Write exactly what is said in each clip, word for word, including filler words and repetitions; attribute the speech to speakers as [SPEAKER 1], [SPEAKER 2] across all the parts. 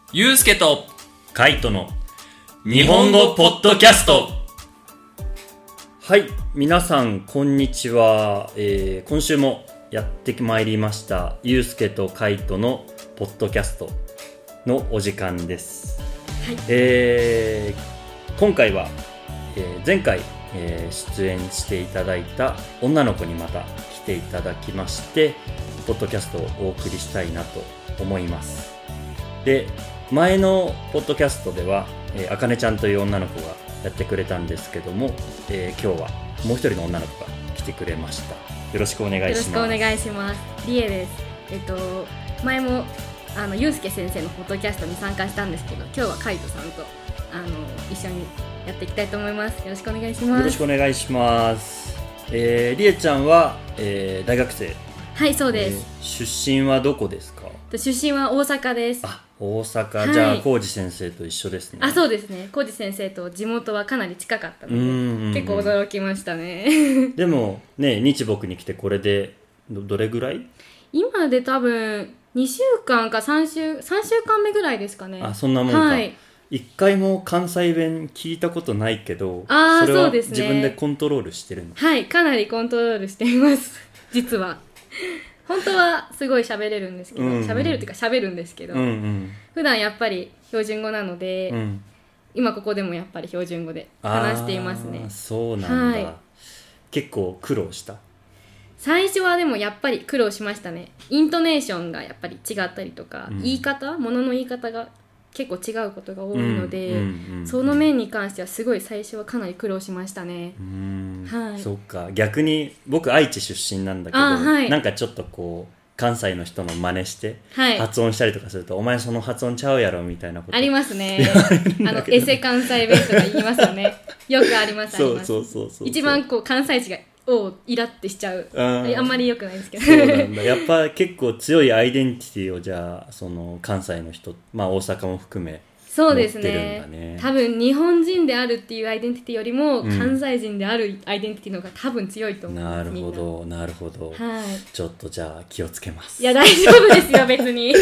[SPEAKER 1] ゆうすけと
[SPEAKER 2] カイトの
[SPEAKER 1] 日本語ポッドキャスト。
[SPEAKER 2] はい、皆さんこんにちは、えー、今週もやってまいりましたゆうすけとカイトのポッドキャストのお時間です、はいえー、今回は、えー、前回、えー、出演していただいた女の子にまた来ていただきましてポッドキャストをお送りしたいなと思います。で前のポッドキャストでは、えー、あかねちゃんという女の子がやってくれたんですけども、えー、今日はもう一人の女の子が来てくれました。よろしくお願いします。
[SPEAKER 3] よろしくお願いします。リエです。えっと前もあのゆうすけ先生のポッドキャストに参加したんですけど、今日はカイトさんとあの一緒にやっていきたいと思います。よろしくお願いします。
[SPEAKER 2] よろしくお願いします。えー、リエちゃんは、えー、大学生。
[SPEAKER 3] はい、そうです、
[SPEAKER 2] えー、出身はどこですか？
[SPEAKER 3] 出身は大阪です。
[SPEAKER 2] あ、大阪、はい、じゃあ浩二先生と一緒ですね。
[SPEAKER 3] あ、そうですね。浩二先生と地元はかなり近かったので、うんうんうん、結構驚きましたね。
[SPEAKER 2] でもね、日木に来てこれで ど, どれぐらい？
[SPEAKER 3] 今で多分にしゅうかんかさん週さんしゅうかんめぐらいですかね。
[SPEAKER 2] あ、そんなもんか。
[SPEAKER 3] はい、
[SPEAKER 2] 一回も関西弁聞いたことないけど、
[SPEAKER 3] あ、
[SPEAKER 2] それは
[SPEAKER 3] そうですね、
[SPEAKER 2] 自分でコントロールしてるの？
[SPEAKER 3] はい、かなりコントロールしています実は本当はすごい喋れるんですけど、喋、うんうん、れるっていうか喋るんですけど、うんうん、普段やっぱり標準語なので、うん、今ここでもやっぱり標準語で話していますね。
[SPEAKER 2] そうなんだ、はい、結構苦労した？
[SPEAKER 3] 最初はでもやっぱり苦労しましたね。イントネーションがやっぱり違ったりとか、うん、言い方、物の言い方が結構違うことが多いので、うんうんうん、その面に関してはすごい最初はかなり苦労しましたね。
[SPEAKER 2] うーん、はい、そっか。逆に僕愛知出身なんだけど、はい、なんかちょっとこう関西の人の真似して発音したりとかすると、はい、お前その発音ちゃうやろみたいなこと
[SPEAKER 3] ありますね。あのエセ関西弁とか言いますよね。よくあります。
[SPEAKER 2] そうそうそうそう。
[SPEAKER 3] 一番こう関西地がをイラってしちゃう。 あ, あんまり良くないですけど。
[SPEAKER 2] そうなんだ。やっぱ結構強いアイデンティティをじゃあその関西の人、まあ大阪も含め
[SPEAKER 3] そうですね。多分日本人であるっていうアイデンティティよりも、うん、関西人であるアイデンティティの方が多分強いと思います。
[SPEAKER 2] なるほどなるほど、はい、ちょっとじゃあ気をつけます。
[SPEAKER 3] いや大丈夫ですよ別に。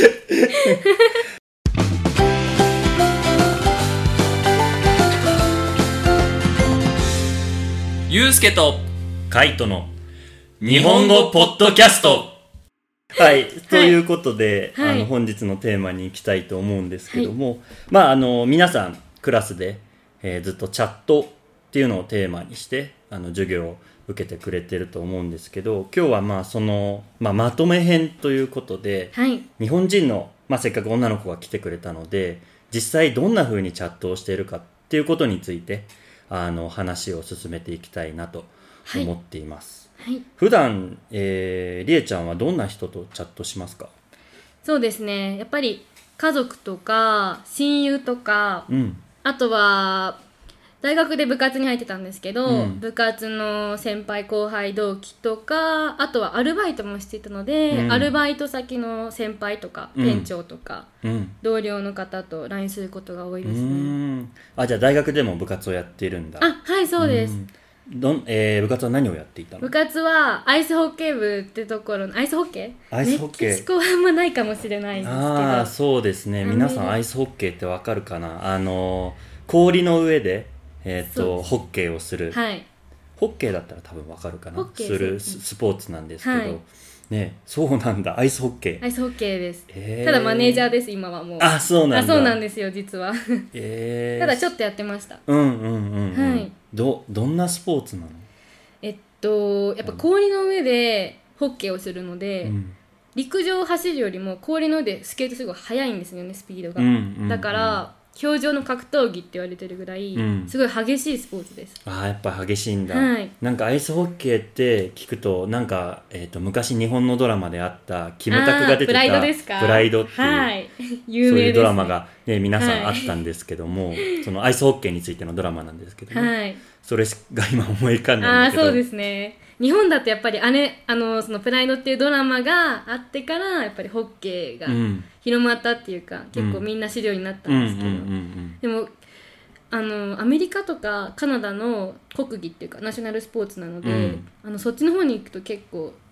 [SPEAKER 1] ゆうすけと
[SPEAKER 2] カイトの
[SPEAKER 1] 日本語ポッドキャスト。
[SPEAKER 2] はい、ということで、はい、あの本日のテーマに行きたいと思うんですけども、はい、まああの皆さんクラスで、えー、ずっとチャットっていうのをテーマにしてあの授業を受けてくれてると思うんですけど、今日はまあその、まあ、まとめ編ということで、はい、日本人の、まあ、せっかく女の子が来てくれたので実際どんな風にチャットをしているかっていうことについてあの話を進めていきたいなと思っています。はいはい、普段、えー、りえちゃんはどんな人とチャットしますか？
[SPEAKER 3] そうですね、やっぱり家族とか親友とか、うん、あとは大学で部活に入ってたんですけど、うん、部活の先輩後輩同期とか、あとはアルバイトもしていたので、うん、アルバイト先の先輩とか、うん、店長とか、うん、同僚の方と ライン することが多いですね。うー
[SPEAKER 2] ん、あ、じゃあ大学でも部活をやっているんだ。
[SPEAKER 3] あ、はい、そうです。
[SPEAKER 2] どん、えー、部活は何をやっていたの？
[SPEAKER 3] 部活はアイスホッケー部ってところのアイスホッケー？
[SPEAKER 2] アイスホッケーメ
[SPEAKER 3] キシコはあんまないかもしれないんですけど。
[SPEAKER 2] ああ、そうですね。皆さんアイスホッケーってわかるかな？あの氷の上で、えー、とホッケーをする、はい、ホッケーだったら多分わかるかな、するスポーツなんですけど、はい、ね、そうなんだ。アイスホッケー。
[SPEAKER 3] アイスホッケーです、えー、ただマネージャーです今はもう。
[SPEAKER 2] あ、そうなんだ。
[SPEAKER 3] あ、そうなんですよ実は、えー、ただちょっとやってました。
[SPEAKER 2] うんうんうん、うん、はい、ど, どんなスポーツなの？
[SPEAKER 3] えっとやっぱ氷の上でホッケーをするので、うん、陸上を走るよりも氷の上でスケートすごい速いんですよね、スピードが、うんうんうん、だから氷上の格闘技って言われてるぐらい、うん、すごい激しいスポーツです。
[SPEAKER 2] ああ、やっぱ激しいんだ、はい、なんかアイスホッケーって聞くとなんか、えー、と昔日本のドラマであったキムタクが出てた
[SPEAKER 3] プライドですか？
[SPEAKER 2] プライドっていう、
[SPEAKER 3] はい、有名ですね、
[SPEAKER 2] そういうドラマが、ね、皆さんあったんですけども、はい、そのアイスホッケーについてのドラマなんですけど、ね、はい、それが今思い浮かんだんだけど。
[SPEAKER 3] あ、そうですね、日本だとやっぱりあれ、あのそのプライドっていうドラマがあってからやっぱりホッケーが広まったっていうか、うん、結構みんな知るようになったんですけど、うんうんうんうん、でもあのアメリカとかカナダの国技っていうかナショナルスポーツなので、うん、あのそっちの方に行くと結構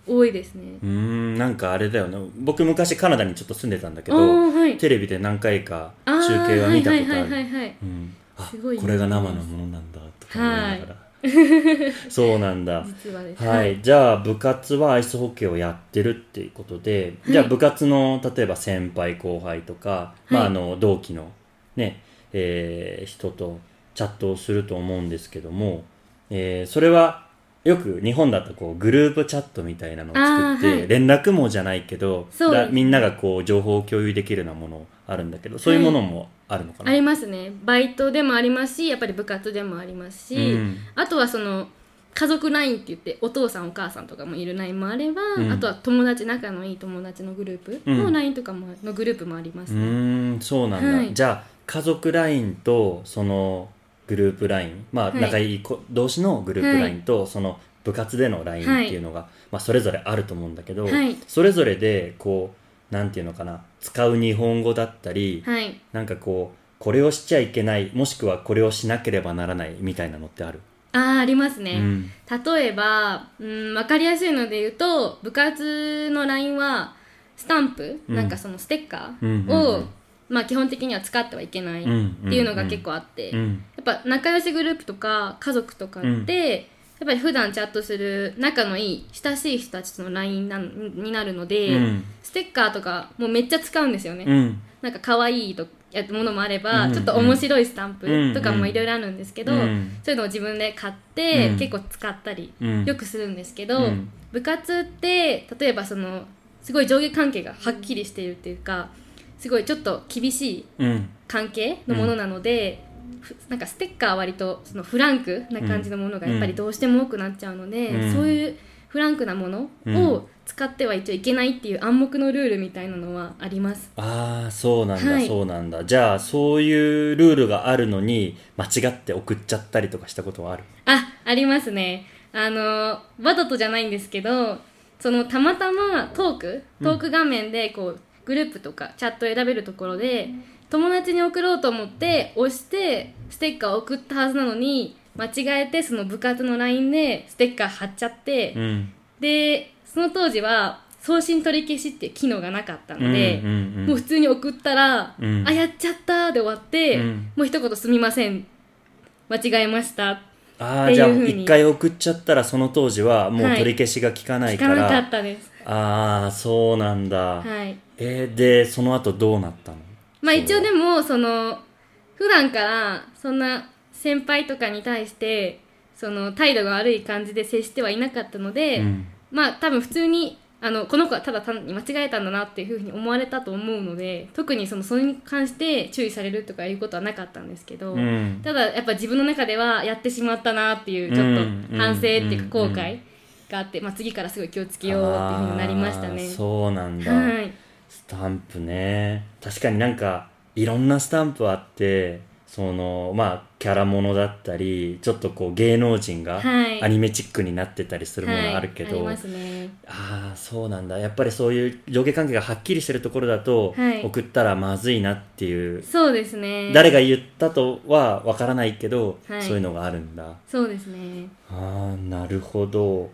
[SPEAKER 3] 多いですね。
[SPEAKER 2] うーん、なんかあれだよね、僕昔カナダにちょっと住んでたんだけど、はい、テレビで何回か中継は見たことある。
[SPEAKER 3] はいはいはいはい、はい、うん、
[SPEAKER 2] あ、すごいこれが生のものなんだとか思いながら、はいそうなんだ。
[SPEAKER 3] 実はです、
[SPEAKER 2] はい、じゃあ部活はアイスホッケーをやってるっていうことで、はい、じゃあ部活の例えば先輩後輩とか、はい、まあ、あの同期のね、えー、人とチャットをすると思うんですけども、えー、それはよく日本だとこうグループチャットみたいなのを作って、はい、連絡網じゃないけど、だみんながこう情報を共有できるようなものあるんだけど、そういうものもあるのかな。
[SPEAKER 3] ありますね。バイトでもありますし、やっぱり部活でもありますし、うん、あとはその家族 ライン って言ってお父さんお母さんとかもいる ライン もあれば、うん、あとは友達仲のいい友達のグループの ライン とかも、うん、のグループもありますね。
[SPEAKER 2] うーん、そうなんだ、はい、じゃあ家族 ライン とそのグループ ライン、まあ、仲いい子同士のグループ ライン と、はい、その部活での ライン っていうのが、はい、まあ、それぞれあると思うんだけど、はい、それぞれでこうなんていうのかな、使う日本語だったり、はい、なんかこうこれをしちゃいけない、もしくはこれをしなければならないみたいなのってある？
[SPEAKER 3] あー、ありますね、うん、例えば、うん、分かりやすいので言うと、部活の ライン はスタンプ、うん、なんかそのステッカーを、うんうんうん、まあ、基本的には使ってはいけないっていうのが結構あって、うんうんうん、やっぱ仲良しグループとか家族とかって、うん、やっぱり普段チャットする仲のいい親しい人たちとの ライン なになるので、うん、ステッカーとかもうめっちゃ使うんですよね、うん、なんか可愛いとやものもあれば、うん、ちょっと面白いスタンプとかもいろいろあるんですけど、うん、そういうのを自分で買って、うん、結構使ったりよくするんですけど、うん、部活って例えばそのすごい上下関係がはっきりしているっていうか、すごいちょっと厳しい関係のものなので、うん、なんかステッカーは割とそのフランクな感じのものがやっぱりどうしても多くなっちゃうので、うん、そういうフランクなものを使っては一応いけないっていう暗黙のルールみたいなのはあります。
[SPEAKER 2] ああ、そうなんだ、はい、そうなんだ。じゃあそういうルールがあるのに間違って送っちゃったりとかしたことはある？
[SPEAKER 3] あ、ありますね。あのわざとじゃないんですけど、そのたまたまトークトーク画面でこう、うん、グループとかチャットを選べるところで友達に送ろうと思って押してステッカーを送ったはずなのに、間違えてその部活の ライン でステッカー貼っちゃって、うん、でその当時は送信取り消しっていう機能がなかったので、うんうんうん、もう普通に送ったら、うん、あ、やっちゃったで終わって、うん、もう一言すみません間違えましたっていう風に。あー、じゃあ
[SPEAKER 2] 一回送っちゃったらその当時はもう取り消しが効かないから、
[SPEAKER 3] はい、効かなかったです。
[SPEAKER 2] ああ、そうなんだ、
[SPEAKER 3] はい、
[SPEAKER 2] えー、でその後どうなったの？
[SPEAKER 3] まあ一応でもその普段からそんな先輩とかに対してその態度が悪い感じで接してはいなかったので、うん、まあ多分普通にあのこの子はただ単に間違えたんだなっていう風に思われたと思うので、特にそのそれに関して注意されるとかいうことはなかったんですけど、うん、ただやっぱ自分の中ではやってしまったなっていうちょっと反省っていうか後悔があって、まあ、次からすごい気をつけようっていう風になりましたね。
[SPEAKER 2] そうなんだ、
[SPEAKER 3] はい、
[SPEAKER 2] スタンプね、確かになんかいろんなスタンプあって、そのまあキャラものだったりちょっとこう芸能人がアニメチックになってたりするものあるけど、はいはい、ありますね。ああ、そうなんだ。やっぱりそういう上下関係がはっきりしてるところだと、はい、送ったらまずいなっていう、
[SPEAKER 3] そうですね、
[SPEAKER 2] 誰が言ったとはわからないけど、はい、そういうのがあるんだ。
[SPEAKER 3] そうですね。
[SPEAKER 2] ああ、なるほど。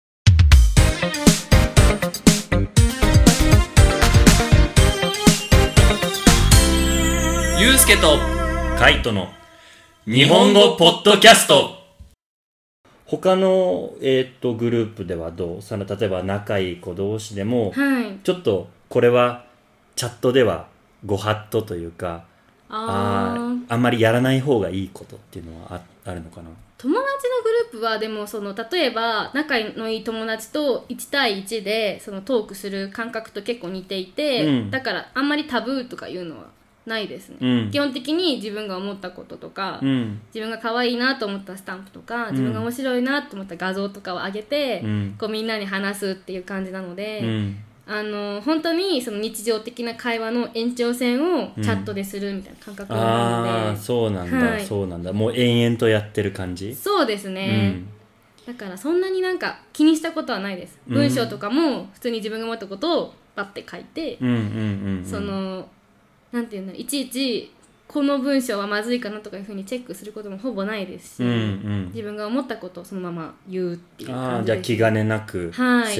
[SPEAKER 1] ゆうすけと
[SPEAKER 2] カイトの
[SPEAKER 1] 日本語ポッドキャスト。
[SPEAKER 2] 他の、えー、とグループではどう？その例えば仲いい子同士でも、はい、ちょっとこれはチャットではご法度というか、あああんまりやらない方がいいことっていうのは あ, あるのかな？
[SPEAKER 3] 友達のグループはでもその例えば仲のいい友達といち対いちでそのトークする感覚と結構似ていて、うん、だからあんまりタブーとかいうのはないですね、うん、基本的に自分が思ったこととか、うん、自分が可愛いなと思ったスタンプとか、うん、自分が面白いなと思った画像とかを上げて、うん、こうみんなに話すっていう感じなので、うん、あの本当にその日常的な会話の延長線をチャットでするみたいな感覚なので、うん、
[SPEAKER 2] ああ、そうなんだ、はい、そうなんだ。もう延々とやってる感じ？
[SPEAKER 3] そうですね、うん、だからそんなになんか気にしたことはないです。文章とかも普通に自分が思ったことをパッて書いて、うんうんうんうん、そのなんていうの、いちいちこの文章はまずいかなとかいう風にチェックすることもほぼないですし、うんうん、自分が思ったことをそのまま言うっていう感じです。
[SPEAKER 2] あ、じゃあ気兼ねなく接し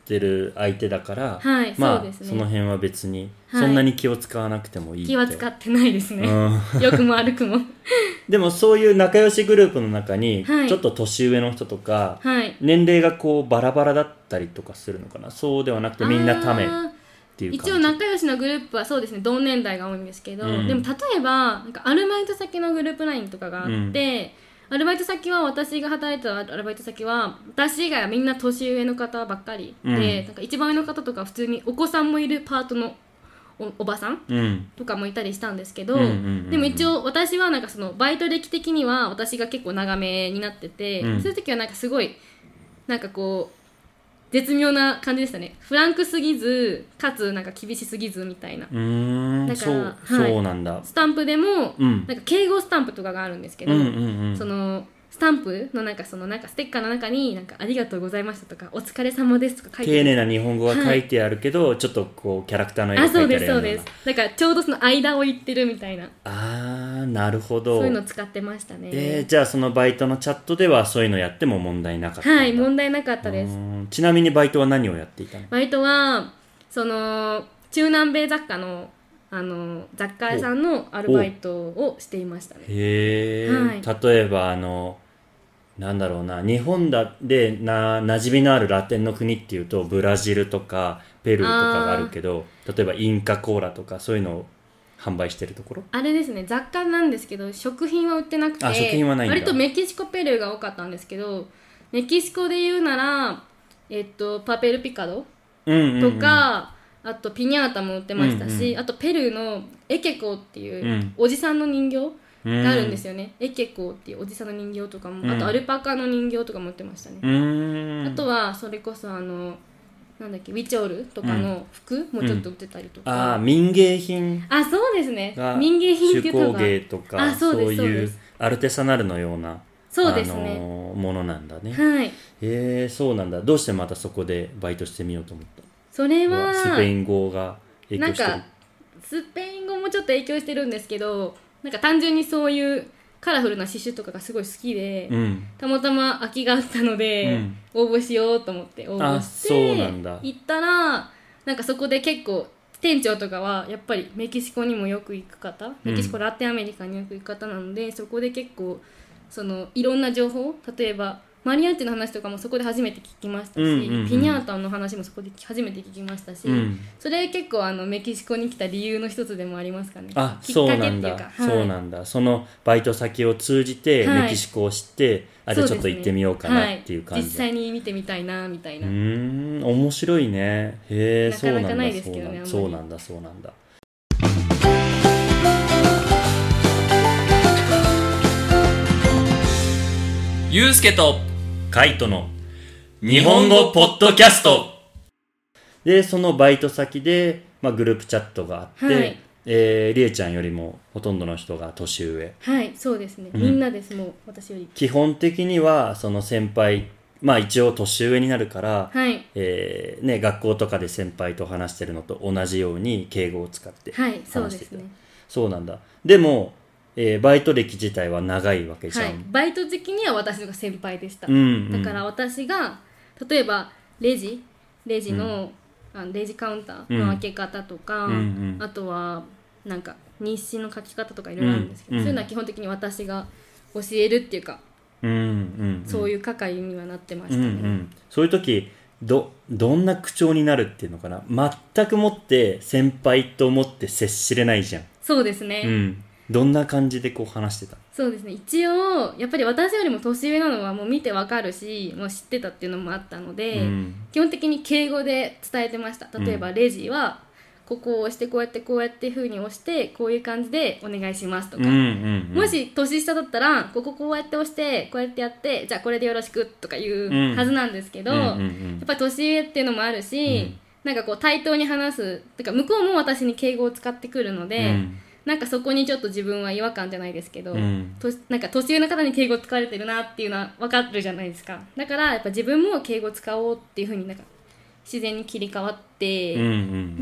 [SPEAKER 2] ってる相手だから、
[SPEAKER 3] はい、
[SPEAKER 2] まあ
[SPEAKER 3] そうですね、
[SPEAKER 2] その辺は別に
[SPEAKER 3] はい、
[SPEAKER 2] そんなに気を使わなくてもいいって、
[SPEAKER 3] 気は使ってないですね、
[SPEAKER 2] うん、
[SPEAKER 3] 良くも悪くも
[SPEAKER 2] でもそういう仲良しグループの中に、
[SPEAKER 3] はい、
[SPEAKER 2] ちょっと年上の人とか、
[SPEAKER 3] はい、
[SPEAKER 2] 年齢がこうバラバラだったりとかするのかな。そうではなくてみんなためっていう感じ。
[SPEAKER 3] 一応仲良しのグループはそうですね、同年代が多いんですけど、
[SPEAKER 2] うん、
[SPEAKER 3] でも例えばなんかアルバイト先のグループラインとかがあって、うん、アルバイト先は私が働いてたアルバイト先は私以外はみんな年上の方ばっかりで、うん、なんか一番上の方とか普通にお子さんもいるパートの お, おばさん、うん、とかもいたりしたんですけど、うんうんうんうん、でも一応私はなんかそのバイト歴的には私が結構長めになってて、うん、そういう時はなんかすごいなんかこう絶妙な感じでしたね。フランクすぎずかつなんか厳しすぎずみたいな。
[SPEAKER 2] うーん、だからそう、はい、そうなんだ。
[SPEAKER 3] スタンプでも、うん、なんか敬語スタンプとかがあるんですけど、
[SPEAKER 2] うんうんうん、
[SPEAKER 3] そのスタンプのなんかそのなんかステッカーの中になんかありがとうございましたとかお疲れ様ですとか書いてある。
[SPEAKER 2] 丁寧な日本語が書いてあるけど、はい、ちょっとこうキャラクターの絵が書いてあるような。
[SPEAKER 3] あ、そうですそうです。だからちょうどその間を言ってるみたいな。
[SPEAKER 2] あー、なるほど。
[SPEAKER 3] そういうの使ってましたね。
[SPEAKER 2] えー、じゃあそのバイトのチャットではそういうのやっても問題なかったんだ。
[SPEAKER 3] はい、問題なかったです。
[SPEAKER 2] ちなみにバイトは何をやっていたの？
[SPEAKER 3] バイトはその中南米雑貨のあの雑貨屋さんのアルバイトをしていましたね。
[SPEAKER 2] へー、はい、例えばあのなんだろうな、日本だでな馴染みのあるラテンの国っていうとブラジルとかペルーとかがあるけど、例えばインカコーラとかそういうのを販売してるところ？
[SPEAKER 3] あれですね、雑貨なんですけど食品は売ってなくて、
[SPEAKER 2] あ、食品はないんだ。
[SPEAKER 3] 割とメキシコペルーが多かったんですけど、メキシコで言うなら、えっと、パペルピカド
[SPEAKER 2] うんうんうん、
[SPEAKER 3] とか、あとピニャータも売ってましたし、うんうん、あとペルーのエケコっていうおじさんの人形があるんですよね、うん、エケコっていうおじさんの人形とかも、うん、あとアルパカの人形とかも売ってましたね、
[SPEAKER 2] うん、
[SPEAKER 3] あとはそれこそあのなんだっけウィチョールとかの服もちょっと売ってたりとか、
[SPEAKER 2] うん、あ、民芸品。
[SPEAKER 3] あ、そうですね、民芸品っていうのが
[SPEAKER 2] 手工芸とか、あ、そうです、そういうアルテサナルのような、
[SPEAKER 3] そうですね、
[SPEAKER 2] あのー、ものなんだね。
[SPEAKER 3] はい。
[SPEAKER 2] えー、そうなんだ。どうしてまたそこでバイトしてみようと思った？
[SPEAKER 3] それは
[SPEAKER 2] スペイン語が影響してる？
[SPEAKER 3] なんかスペイン語もちょっと影響してるんですけど、なんか単純にそういうカラフルな刺繍とかがすごい好きで、うん、たまたま空きがあったので、うん、応募しようと思って応募して行ったら、なんかそこで結構店長とかはやっぱりメキシコにもよく行く方、メキシコ、ラテンアメリカによく行く方なので、そこで結構そのいろんな情報、例えばマリアッチの話とかもそこで初めて聞きましたし、うんうんうん、ピニャータの話もそこで初めて聞きましたし、うん、それ結構あのメキシコに来た理由の一つでもありますかね。
[SPEAKER 2] あ、そうなんだ、はい、そうなんだ。そのバイト先を通じてメキシコを知って、はい、あ、じゃあちょっと行ってみようかなっていう感じ、
[SPEAKER 3] はい、実際に見てみたいなみたいな。
[SPEAKER 2] うーん、面白いね。へえ、
[SPEAKER 3] なかなかないですけどね。
[SPEAKER 2] そうなんだ、そうなんだ。
[SPEAKER 1] ゆうすけと
[SPEAKER 2] カイトの
[SPEAKER 1] 日本語ポッドキャスト
[SPEAKER 2] で、そのバイト先で、まあ、グループチャットがあって、はい、えー、りえちゃんよりもほとんどの人が年上。
[SPEAKER 3] はい、そうですね、うん、みんなです。もう私より
[SPEAKER 2] 基本的にはその先輩、まあ一応年上になるから、
[SPEAKER 3] はい、
[SPEAKER 2] えーね、学校とかで先輩と話してるのと同じように敬語を使って話してた。
[SPEAKER 3] はい、そうですね。
[SPEAKER 2] そうなんだ。でもえー、バイト歴自体は長いわけじゃん、
[SPEAKER 3] はい、バイト的には私が先輩でした、
[SPEAKER 2] うんうん、
[SPEAKER 3] だから私が例えばレジレジの、うん、あのレジカウンターの開け方とか、
[SPEAKER 2] うんうん、
[SPEAKER 3] あとはなんか日誌の書き方とかいろいろあるんですけど、うん、そういうのは基本的に私が教えるっていうか、
[SPEAKER 2] うんうんうん、
[SPEAKER 3] そういう係にはなってましたね、
[SPEAKER 2] うんうん、そういう時ど, どんな口調になるっていうのかな。全くもって先輩と思って接しれないじゃん。
[SPEAKER 3] そうですね、
[SPEAKER 2] うん、どんな感じでこう話してた？
[SPEAKER 3] そうですね、一応やっぱり私よりも年上なのはもう見てわかるし、もう知ってたっていうのもあったので、うん、基本的に敬語で伝えてました。例えばレジはここを押してこうやってこうやって風に押してこういう感じでお願いしますとか、
[SPEAKER 2] うんうんうん、
[SPEAKER 3] もし年下だったらこここうやって押してこうやってやってじゃあこれでよろしくとか言うはずなんですけど、うんうんうんうん、やっぱり年上っていうのもあるし、うん、なんかこう対等に話すてか向こうも私に敬語を使ってくるので、うん、なんかそこにちょっと自分は違和感じゃないですけど、うん、となんか年上の方に敬語使われてるなっていうのは分かるじゃないですか。だからやっぱ自分も敬語使おうっていう風になんか自然に切り替わって、
[SPEAKER 2] うんうんうん、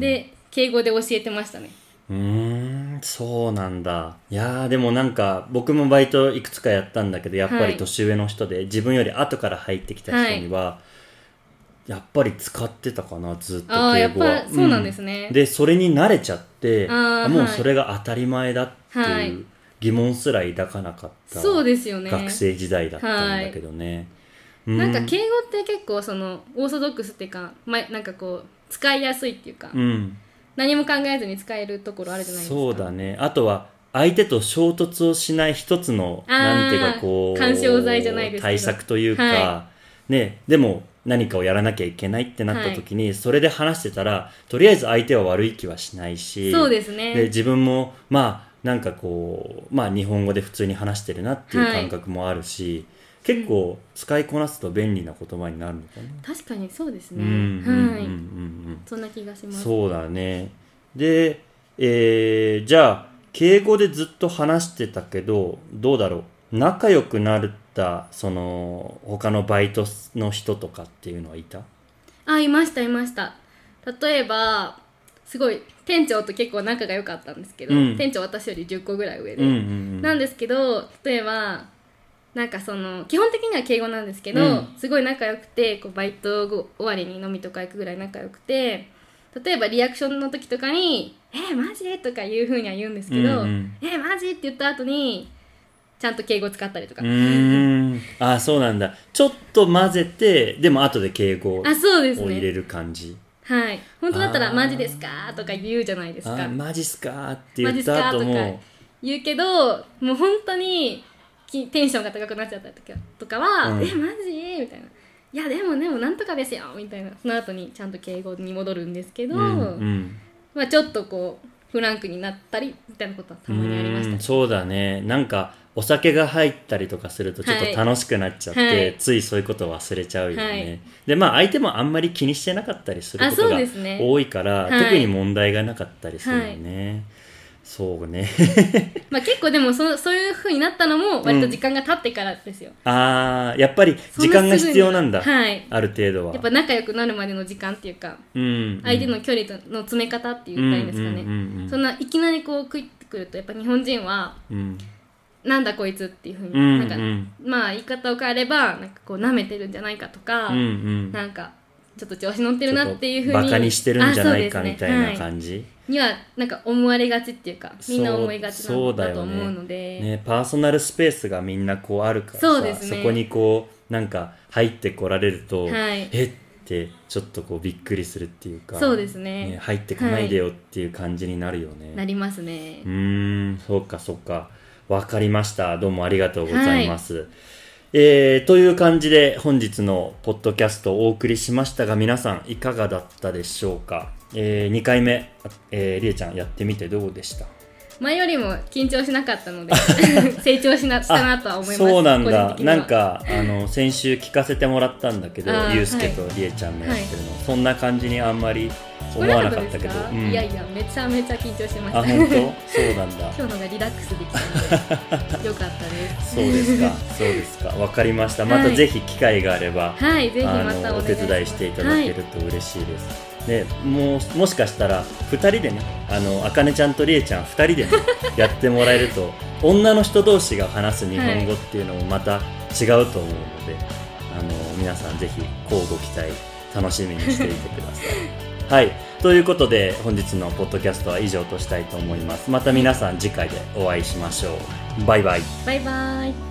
[SPEAKER 3] で敬語で教えてましたね。
[SPEAKER 2] うーん、そうなんだ。いやーでもなんか僕もバイトいくつかやったんだけど、やっぱり年上の人で、はい、自分より後から入ってきた人には、はやっぱり使ってたかな、ずっと敬語は。
[SPEAKER 3] あやっぱそうなんですね、
[SPEAKER 2] うん、でそれに慣れちゃって
[SPEAKER 3] あ
[SPEAKER 2] もうそれが当たり前だっていう疑問すら抱かなかった、
[SPEAKER 3] そうですよね、
[SPEAKER 2] 学生時代だったんだけどね、
[SPEAKER 3] はい、なんか敬語って結構そのオーソドックスっていうか、ま、なんかこう使いやすいっていうか、うん、何も考えずに使えるところあるじゃないですか。
[SPEAKER 2] そうだね。あとは相手と衝突をしない一つのなんていうかこう
[SPEAKER 3] 緩衝材じゃないですけど
[SPEAKER 2] 対策というか、はい、ね、でも何かをやらなきゃいけないってなった時に、はい、それで話してたらとりあえず相手は悪い気はしないし、
[SPEAKER 3] そうですね。
[SPEAKER 2] で自分もまあなんかこうまあ日本語で普通に話してるなっていう感覚もあるし、はい、結構使いこなすと便利な言葉になるのかな。
[SPEAKER 3] 確かにそうですね。そんな気がします。
[SPEAKER 2] そうだね。で、えー、じゃあ敬語でずっと話してたけどどうだろう、仲良くなったその他のバイトの人とかっていうのはいた？
[SPEAKER 3] あ、いましたいました。例えばすごい店長と結構仲が良かったんですけど、うん、店長私よりじゅっこぐらい上で、うんうんうん、なんですけど例えばなんかその基本的には敬語なんですけど、うん、すごい仲良くてこうバイト終わりに飲みとか行くぐらい仲良くて、例えばリアクションの時とかにえー、マジとかいう風には言うんですけど、うんうん、えー、マジって言った後にちゃんと敬語使ったりとか。
[SPEAKER 2] うーんあ、そうなんだ。ちょっと混ぜてでも後で敬語を入れる感じ。
[SPEAKER 3] はい、本当だったらマジですかとか言うじゃないですか。
[SPEAKER 2] あマジっすかって言った後も
[SPEAKER 3] マジっすかとか言うけど、もう本当にテンションが高くなっちゃった時とかは、うん、えマジみたいな、いやでもでもなんとかですよみたいな、その後にちゃんと敬語に戻るんですけど、うんうんまあ、ちょっとこうフランクになったりみたいなことはたまにありました、ね、
[SPEAKER 2] うんそうだね。なんかお酒が入ったりとかするとちょっと楽しくなっちゃって、はい、ついそういうことを忘れちゃうよね、はい、でまあ相手もあんまり気にしてなかったりすることが多いから、ね、特に問題がなかったりするよね、はい、そうね
[SPEAKER 3] まあ結構でも そ, そういう風になったのも割と時間が経ってからですよ、
[SPEAKER 2] うん、ああやっぱり時間が必要なんだ、はい、ある程度は
[SPEAKER 3] やっぱ仲良くなるまでの時間っていうか、うん、相手の距離の詰め方って言ったらいいんですかね、うんうんうんうん、そんないきなりこう食ってくるとやっぱ日本人は、うんなんだこいつっていう風に、うんうん、なんかまあ言い方を変えればなんかこう舐めてるんじゃないかとか、うんうん、なんかちょっと調子乗ってるなっていう風に
[SPEAKER 2] バカにしてるんじゃないかみたいな感じ、
[SPEAKER 3] はい、にはなんか思われがちっていうかみんな思いがちなんだと思うので、
[SPEAKER 2] ねね、パーソナルスペースがみんなこうあるからさ、そうですね、そこにこうなんか入ってこられると、はい、えってちょっとこうびっくりするっていうか、
[SPEAKER 3] そうですね、
[SPEAKER 2] ね入ってこないでよっていう感じになるよね、はい、
[SPEAKER 3] なりますね。
[SPEAKER 2] うーんそうかそうかわかりました。どうもありがとうございます、はいえー、という感じで本日のポッドキャストをお送りしましたが皆さんいかがだったでしょうか、えー、にかいめ、えー、りえちゃんやってみてどうでした？
[SPEAKER 3] 前よりも緊張しなかったので成長しなしたなとは思います。
[SPEAKER 2] そうなんだ。なんかあの先週聞かせてもらったんだけどゆうすけとりえちゃんのやってるの、はい、そんな感じにあんまり思わなかったけど、
[SPEAKER 3] うん、いやいやめちゃめちゃ緊張しました。
[SPEAKER 2] あ本当？そうなんだ。
[SPEAKER 3] 今日のがリラックスできたのでよかったです。
[SPEAKER 2] そうですかそうですかわかりました。またぜひ機会があれば、
[SPEAKER 3] はい、ぜひまた
[SPEAKER 2] お手伝いしていただけると嬉しいです、はいでもうもしかしたらふたりでねあのあかねちゃんとりえちゃんふたりで、ね、やってもらえると女の人同士が話す日本語っていうのもまた違うと思うので、はい、あの皆さんぜひ乞うご期待楽しみにしていてくださいはいということで本日のポッドキャストは以上としたいと思います。また皆さん次回でお会いしましょう。バイバイ
[SPEAKER 3] バイバイ。